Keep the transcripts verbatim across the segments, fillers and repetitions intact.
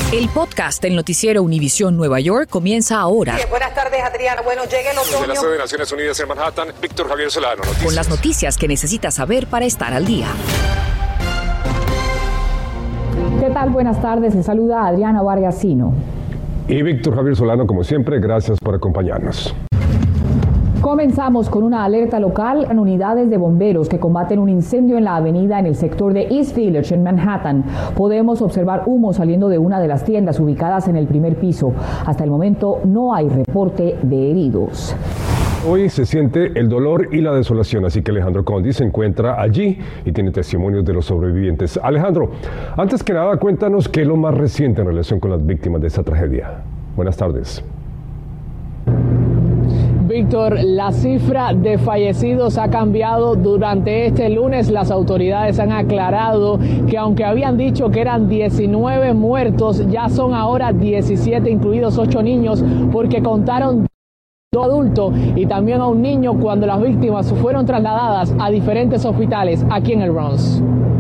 El podcast del noticiero Univisión Nueva York comienza ahora. Bien, buenas tardes, Adriana. Bueno, llega el otoño. Desde la sede de Naciones Unidas en Manhattan, Víctor Javier Solano. Noticias. Con las noticias que necesitas saber para estar al día. ¿Qué tal? Buenas tardes. Les saluda Adriana Vargasino. Y Víctor Javier Solano, como siempre, gracias por acompañarnos. Comenzamos con una alerta local en unidades de bomberos que combaten un incendio en la avenida en el sector de East Village en Manhattan. Podemos observar humo saliendo de una de las tiendas ubicadas en el primer piso. Hasta el momento no hay reporte de heridos. Hoy se siente el dolor y la desolación, así que Alejandro Condi se encuentra allí y tiene testimonios de los sobrevivientes. Alejandro, antes que nada, cuéntanos qué es lo más reciente en relación con las víctimas de esta tragedia. Buenas tardes. Víctor, la cifra de fallecidos ha cambiado durante este lunes. Las autoridades han aclarado que aunque habían dicho que eran diecinueve muertos, ya son ahora diecisiete, incluidos ocho niños, porque contaron dos adultos y también a un niño cuando las víctimas fueron trasladadas a diferentes hospitales aquí en el Bronx.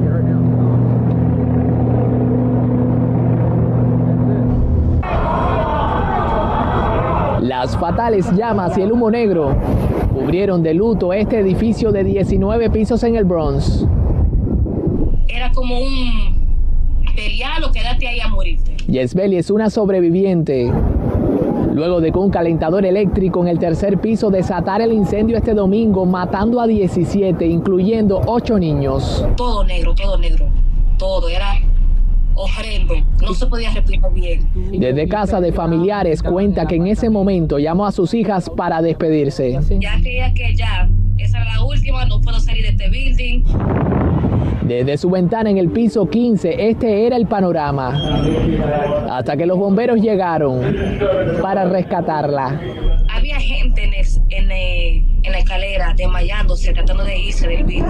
Las fatales llamas y el humo negro cubrieron de luto este edificio de diecinueve pisos en el Bronx. Era como un pelear o quédate ahí a morirte. Yesbeli es una sobreviviente. Luego de que un calentador eléctrico en el tercer piso desatara el incendio este domingo, matando a diecisiete, incluyendo ocho niños. Todo negro, todo negro, todo era horrendo, no se podía respirar bien. Desde casa de familiares cuenta que en ese momento llamó a sus hijas para despedirse. Ya creía que ya, esa era la última, no puedo salir de este building. Desde su ventana en el piso quince, este era el panorama, hasta que los bomberos llegaron para rescatarla. Había gente en, el, en, el, en la escalera desmayándose, tratando de irse del building.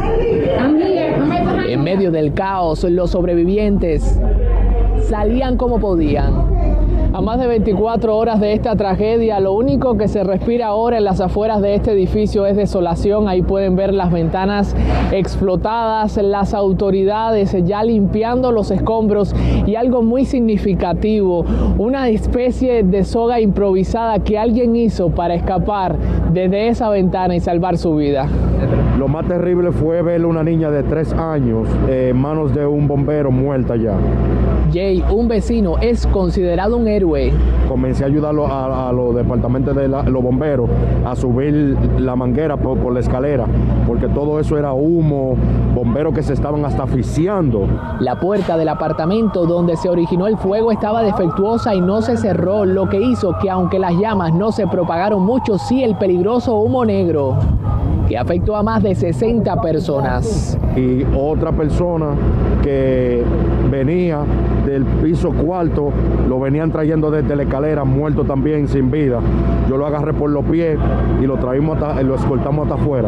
En medio del caos, los sobrevivientes salían como podían. A más de veinticuatro horas de esta tragedia, lo único que se respira ahora en las afueras de este edificio es desolación. Ahí pueden ver las ventanas explotadas, las autoridades ya limpiando los escombros y algo muy significativo, una especie de soga improvisada que alguien hizo para escapar desde esa ventana y salvar su vida. Lo más terrible fue ver una niña de tres años eh, en manos de un bombero muerta ya. Jay, un vecino, es considerado un héroe. Comencé a ayudarlo a, a los departamentos de la, los bomberos a subir la manguera por, por la escalera, porque todo eso era humo, bomberos que se estaban hasta asfixiando. La puerta del apartamento donde se originó el fuego estaba defectuosa y no se cerró, lo que hizo que aunque las llamas no se propagaron mucho, sí el peligroso humo negro, que afectó a más de sesenta personas. Y otra persona que venía del piso cuarto, lo venían trayendo desde la escalera, muerto también, sin vida. Yo lo agarré por los pies y lo traímos hasta, lo escoltamos hasta afuera.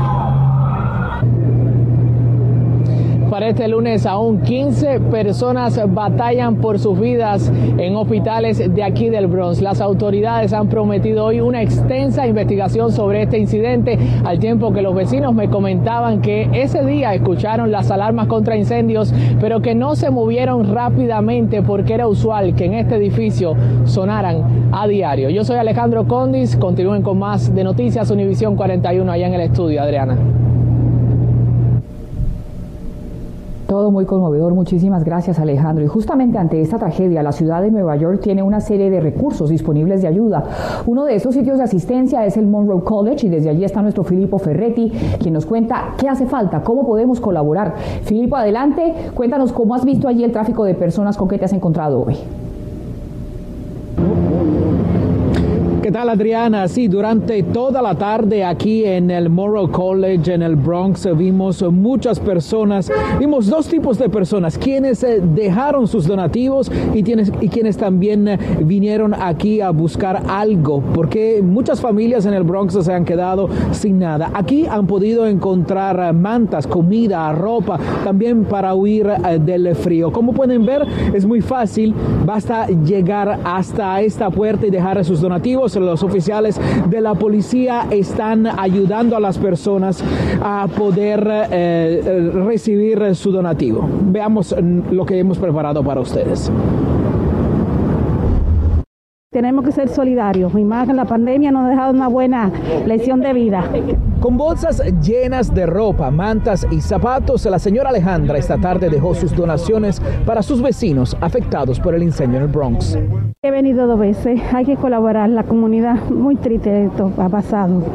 Para este lunes aún quince personas batallan por sus vidas en hospitales de aquí del Bronx. Las autoridades han prometido hoy una extensa investigación sobre este incidente, al tiempo que los vecinos me comentaban que ese día escucharon las alarmas contra incendios, pero que no se movieron rápidamente porque era usual que en este edificio sonaran a diario. Yo soy Alejandro Condis, continúen con más de Noticias Univisión cuarenta y uno allá en el estudio, Adriana. Todo muy conmovedor, muchísimas gracias Alejandro. Y justamente ante esta tragedia, la ciudad de Nueva York tiene una serie de recursos disponibles de ayuda. Uno de estos sitios de asistencia es el Monroe College y desde allí está nuestro Filippo Ferretti, quien nos cuenta qué hace falta, cómo podemos colaborar. Filippo, adelante, cuéntanos cómo has visto allí el tráfico de personas, con qué te has encontrado hoy. ¿Qué tal, Adriana? Sí, durante toda la tarde aquí en el Monroe College, en el Bronx, vimos muchas personas, vimos dos tipos de personas, quienes dejaron sus donativos y, tienes, y quienes también vinieron aquí a buscar algo, porque muchas familias en el Bronx se han quedado sin nada. Aquí han podido encontrar mantas, comida, ropa, también para huir del frío. Como pueden ver, es muy fácil, basta llegar hasta esta puerta y dejar sus donativos. Los oficiales de la policía están ayudando a las personas a poder eh, recibir su donativo. Veamos lo que hemos preparado para ustedes. Tenemos que ser solidarios y más que la pandemia nos ha dejado una buena lección de vida. Con bolsas llenas de ropa, mantas y zapatos, la señora Alejandra esta tarde dejó sus donaciones para sus vecinos afectados por el incendio en el Bronx. He venido dos veces, hay que colaborar, la comunidad muy triste esto ha pasado.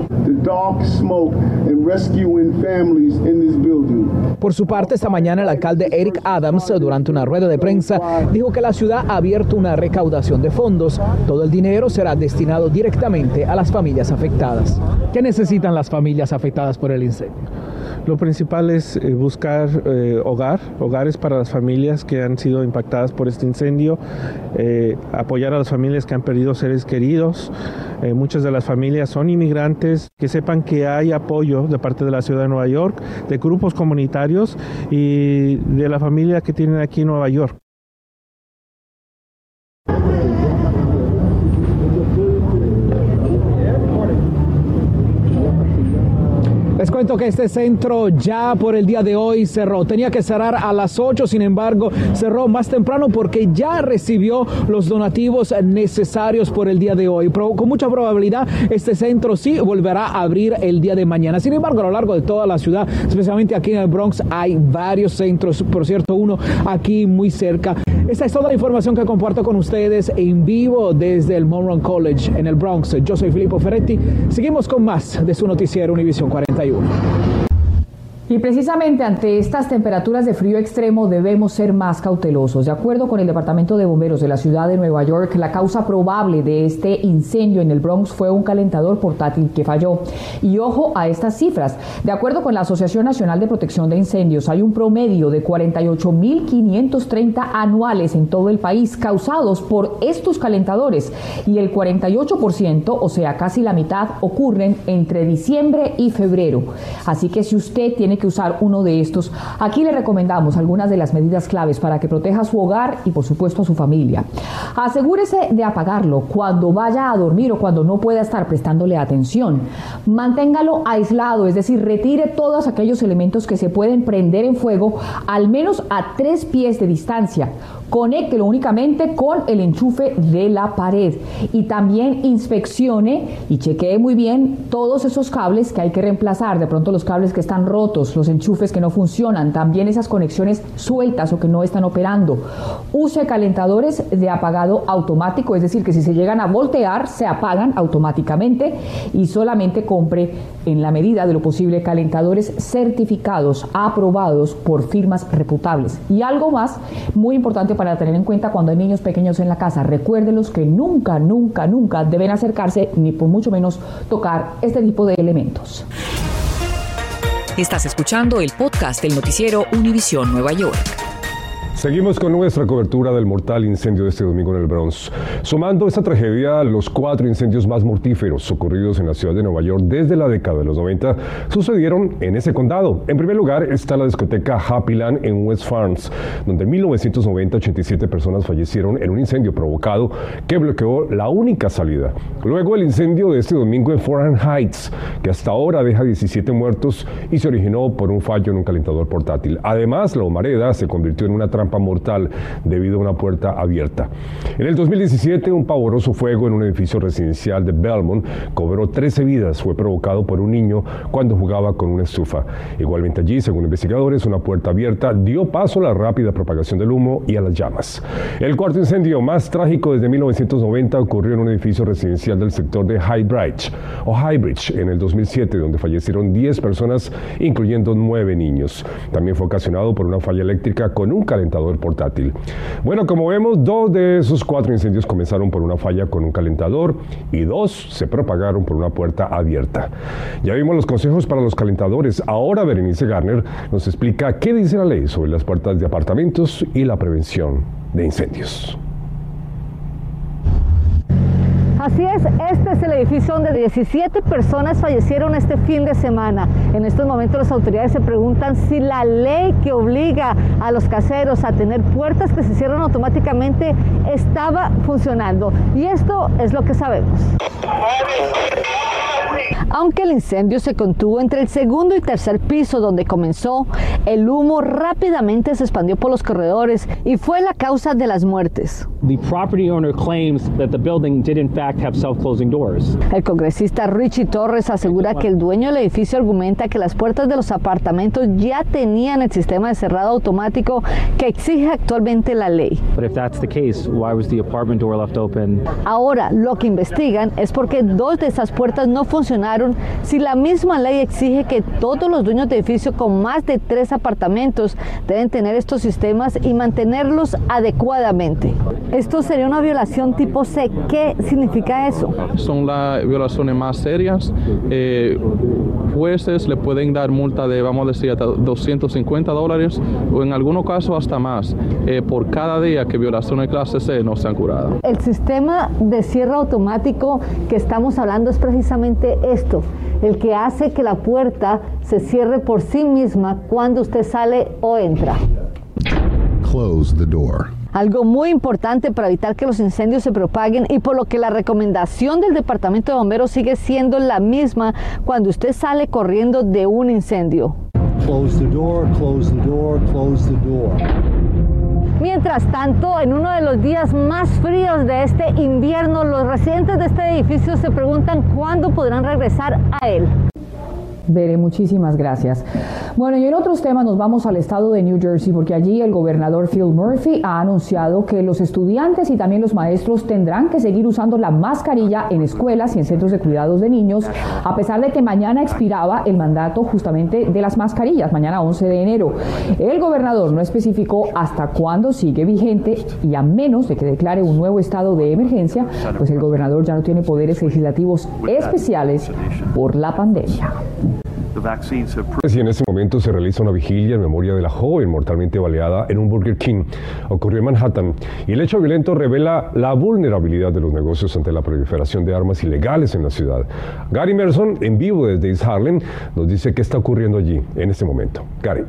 Por su parte, esta mañana el alcalde Eric Adams, durante una rueda de prensa, dijo que la ciudad ha abierto una recaudación de fondos. Todo el dinero será destinado directamente a las familias afectadas. ¿Qué necesitan las familias afectadas por el incendio? Lo principal es eh, buscar eh, hogar, hogares para las familias que han sido impactadas por este incendio, eh, apoyar a las familias que han perdido seres queridos. Eh, muchas de las familias son inmigrantes, que sepan que hay apoyo de parte de la ciudad de Nueva York, de grupos comunitarios y de la familia que tienen aquí en Nueva York. Les cuento que este centro ya por el día de hoy cerró. Tenía que cerrar a las ocho, sin embargo, cerró más temprano porque ya recibió los donativos necesarios por el día de hoy. Pero con mucha probabilidad, este centro sí volverá a abrir el día de mañana. Sin embargo, a lo largo de toda la ciudad, especialmente aquí en el Bronx, hay varios centros. Por cierto, uno aquí muy cerca. Esta es toda la información que comparto con ustedes en vivo desde el Monroe College en el Bronx. Yo soy Filippo Ferretti. Seguimos con más de su noticiero Univisión cuarenta y uno. Y precisamente ante estas temperaturas de frío extremo debemos ser más cautelosos. De acuerdo con el Departamento de Bomberos de la ciudad de Nueva York, la causa probable de este incendio en el Bronx fue un calentador portátil que falló. Y ojo a estas cifras. De acuerdo con la Asociación Nacional de Protección de Incendios, hay un promedio de cuarenta y ocho mil quinientos treinta anuales en todo el país causados por estos calentadores. Y el cuarenta y ocho por ciento, o sea, casi la mitad, ocurren entre diciembre y febrero. Así que si usted tiene que usar uno de estos, aquí le recomendamos algunas de las medidas claves para que proteja su hogar y por supuesto a su familia. Asegúrese de apagarlo cuando vaya a dormir o cuando no pueda estar prestándole atención. Manténgalo aislado, es decir, retire todos aquellos elementos que se pueden prender en fuego al menos a tres pies de distancia. Conéctelo únicamente con el enchufe de la pared y también inspeccione y chequee muy bien todos esos cables que hay que reemplazar, de pronto los cables que están rotos, los enchufes que no funcionan, también esas conexiones sueltas o que no están operando. Use calentadores de apagado automático, es decir, que si se llegan a voltear, se apagan automáticamente y solamente compre en la medida de lo posible calentadores certificados, aprobados por firmas reputables. Y algo más muy importante para tener en cuenta cuando hay niños pequeños en la casa, recuérdelos que nunca, nunca, nunca deben acercarse ni por mucho menos tocar este tipo de elementos. Estás escuchando el podcast del noticiero Univisión Nueva York. Seguimos con nuestra cobertura del mortal incendio de este domingo en el Bronx, sumando esta tragedia a los cuatro incendios más mortíferos ocurridos en la ciudad de Nueva York desde la década de los noventa, sucedieron en ese condado. En primer lugar está la discoteca Happyland en West Farms, donde en mil novecientos noventa ochenta y siete personas fallecieron en un incendio provocado que bloqueó la única salida. Luego el incendio de este domingo en Foreign Heights, que hasta ahora deja diecisiete muertos y se originó por un fallo en un calentador portátil. Además, la humareda se convirtió en una trampa mortal debido a una puerta abierta. En el dos mil diecisiete, un pavoroso fuego en un edificio residencial de Belmont cobró trece vidas. Fue provocado por un niño cuando jugaba con una estufa. Igualmente allí, según investigadores, una puerta abierta dio paso a la rápida propagación del humo y a las llamas. El cuarto incendio más trágico desde mil novecientos noventa ocurrió en un edificio residencial del sector de Highbridge o Highbridge en el dos mil siete, donde fallecieron diez personas, incluyendo nueve niños. También fue ocasionado por una falla eléctrica con un calentador portátil. Bueno, como vemos, dos de esos cuatro incendios comenzaron por una falla con un calentador y dos se propagaron por una puerta abierta. Ya vimos los consejos para los calentadores. Ahora Berenice Garner nos explica qué dice la ley sobre las puertas de apartamentos y la prevención de incendios. Así es, este es el edificio donde diecisiete personas fallecieron este fin de semana. En estos momentos las autoridades se preguntan si la ley que obliga a los caseros a tener puertas que se cierran automáticamente estaba funcionando. Y esto es lo que sabemos. Aunque el incendio se contuvo entre el segundo y tercer piso donde comenzó, el humo rápidamente se expandió por los corredores y fue la causa de las muertes. The property owner claims that the building did in fact have self-closing doors. El congresista Richie Torres asegura que el dueño del edificio argumenta que las puertas de los apartamentos ya tenían el sistema de cerrado automático que exige actualmente la ley. But if that's the case, why was the apartment door left open? Ahora, lo que investigan es porque dos de esas puertas no funcionaron si la misma ley exige que todos los dueños de edificios con más de tres apartamentos deben tener estos sistemas y mantenerlos adecuadamente. Esto sería una violación tipo C. ¿Qué significa eso? Son las violaciones más serias. Eh, jueces le pueden dar multa de, vamos a decir, hasta doscientos cincuenta dólares o en algunos casos hasta más eh, por cada día que violaciones clase C no sean curadas. El sistema de cierre automático que estamos hablando es precisamente esto, el que hace que la puerta se cierre por sí misma cuando usted sale o entra. Close the door. Algo muy importante para evitar que los incendios se propaguen y por lo que la recomendación del Departamento de Bomberos sigue siendo la misma cuando usted sale corriendo de un incendio. Close the door, close the door, close the door. Mientras tanto, en uno de los días más fríos de este invierno, los residentes de este edificio se preguntan cuándo podrán regresar a él. Veré, muchísimas gracias. Bueno, y en otros temas nos vamos al estado de New Jersey, porque allí el gobernador Phil Murphy ha anunciado que los estudiantes y también los maestros tendrán que seguir usando la mascarilla en escuelas y en centros de cuidados de niños, a pesar de que mañana expiraba el mandato justamente de las mascarillas, mañana once de enero. El gobernador no especificó hasta cuándo sigue vigente y a menos de que declare un nuevo estado de emergencia, pues el gobernador ya no tiene poderes legislativos especiales por la pandemia. Y en este momento se realiza una vigilia en memoria de la joven mortalmente baleada en un Burger King. Ocurrió en Manhattan y el hecho violento revela la vulnerabilidad de los negocios ante la proliferación de armas ilegales en la ciudad. Gary Merson, en vivo desde East Harlem, nos dice qué está ocurriendo allí en este momento. Gary.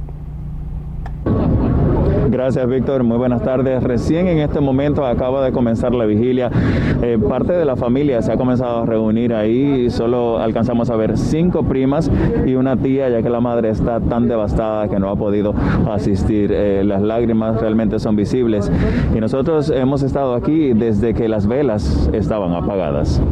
Gracias, Víctor. Muy buenas tardes. Recién en este momento acaba de comenzar la vigilia. Eh, parte de la familia se ha comenzado a reunir ahí y solo alcanzamos a ver cinco primas y una tía, ya que la madre está tan devastada que no ha podido asistir. Eh, las lágrimas realmente son visibles y nosotros hemos estado aquí desde que las velas estaban apagadas.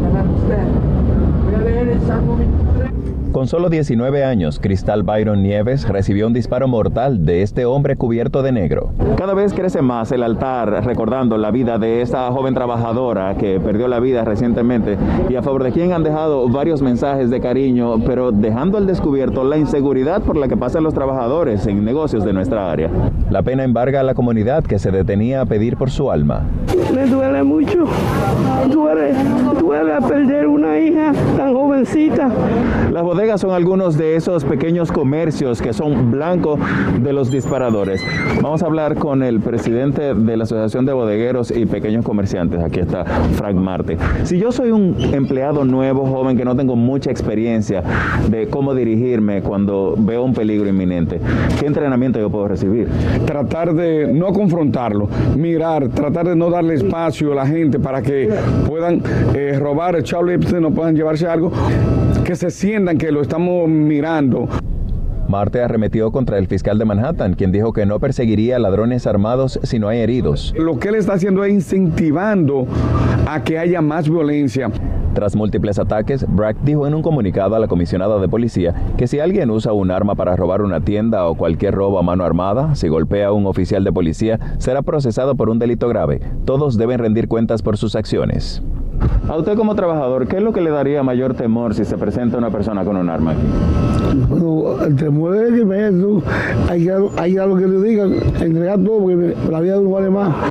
Con solo diecinueve años, Cristal Byron Nieves recibió un disparo mortal de este hombre cubierto de negro. Cada vez crece más el altar recordando la vida de esta joven trabajadora que perdió la vida recientemente y a favor de quien han dejado varios mensajes de cariño, pero dejando al descubierto la inseguridad por la que pasan los trabajadores en negocios de nuestra área. La pena embarga a la comunidad que se detenía a pedir por su alma. Me duele mucho, duele, duele a perder una hija tan jovencita. Las bodegas son algunos de esos pequeños comercios que son blanco de los disparadores. Vamos a hablar con el presidente de la Asociación de Bodegueros y Pequeños Comerciantes. Aquí está Frank Marte. Si yo soy un empleado nuevo, joven, que no tengo mucha experiencia de cómo dirigirme cuando veo un peligro inminente, ¿qué entrenamiento yo puedo recibir? Tratar de no confrontarlo, mirar, tratar de no darle espacio a la gente para que puedan eh, robar, echarle, no puedan llevarse algo, que se sientan que lo estamos mirando. Marte arremetió contra el fiscal de Manhattan, quien dijo que no perseguiría a ladrones armados si no hay heridos. Lo que él está haciendo es incentivando a que haya más violencia. Tras múltiples ataques, Bragg dijo en un comunicado a la comisionada de policía que si alguien usa un arma para robar una tienda o cualquier robo a mano armada, si golpea a un oficial de policía, será procesado por un delito grave. Todos deben rendir cuentas por sus acciones. A usted como trabajador, ¿qué es lo que le daría mayor temor si se presenta una persona con un arma aquí? Bueno, el temor es que me hay, hay algo que le digan, entregar todo porque la vida de uno vale más.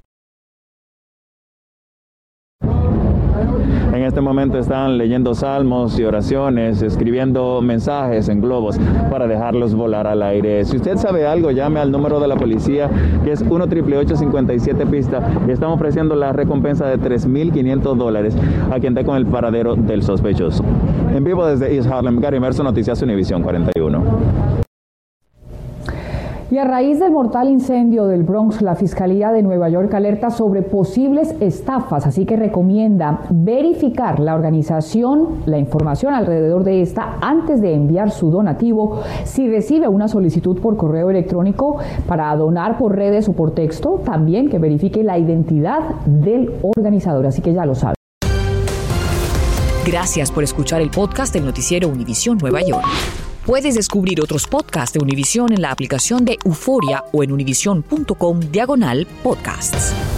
En este momento están leyendo salmos y oraciones, escribiendo mensajes en globos para dejarlos volar al aire. Si usted sabe algo, llame al número de la policía, que es uno ocho ocho ocho cincuenta y siete pista, y estamos ofreciendo la recompensa de tres mil quinientos dólares a quien dé con el paradero del sospechoso. En vivo desde East Harlem, Gary Merson, Noticias Univisión cuarenta y uno. Y a raíz del mortal incendio del Bronx, la Fiscalía de Nueva York alerta sobre posibles estafas, así que recomienda verificar la organización, la información alrededor de esta antes de enviar su donativo. Si recibe una solicitud por correo electrónico para donar por redes o por texto, también que verifique la identidad del organizador, así que ya lo sabe. Gracias por escuchar el podcast del noticiero Univisión Nueva York. Puedes descubrir otros podcasts de Univisión en la aplicación de Euforia o en univision punto com diagonal podcasts.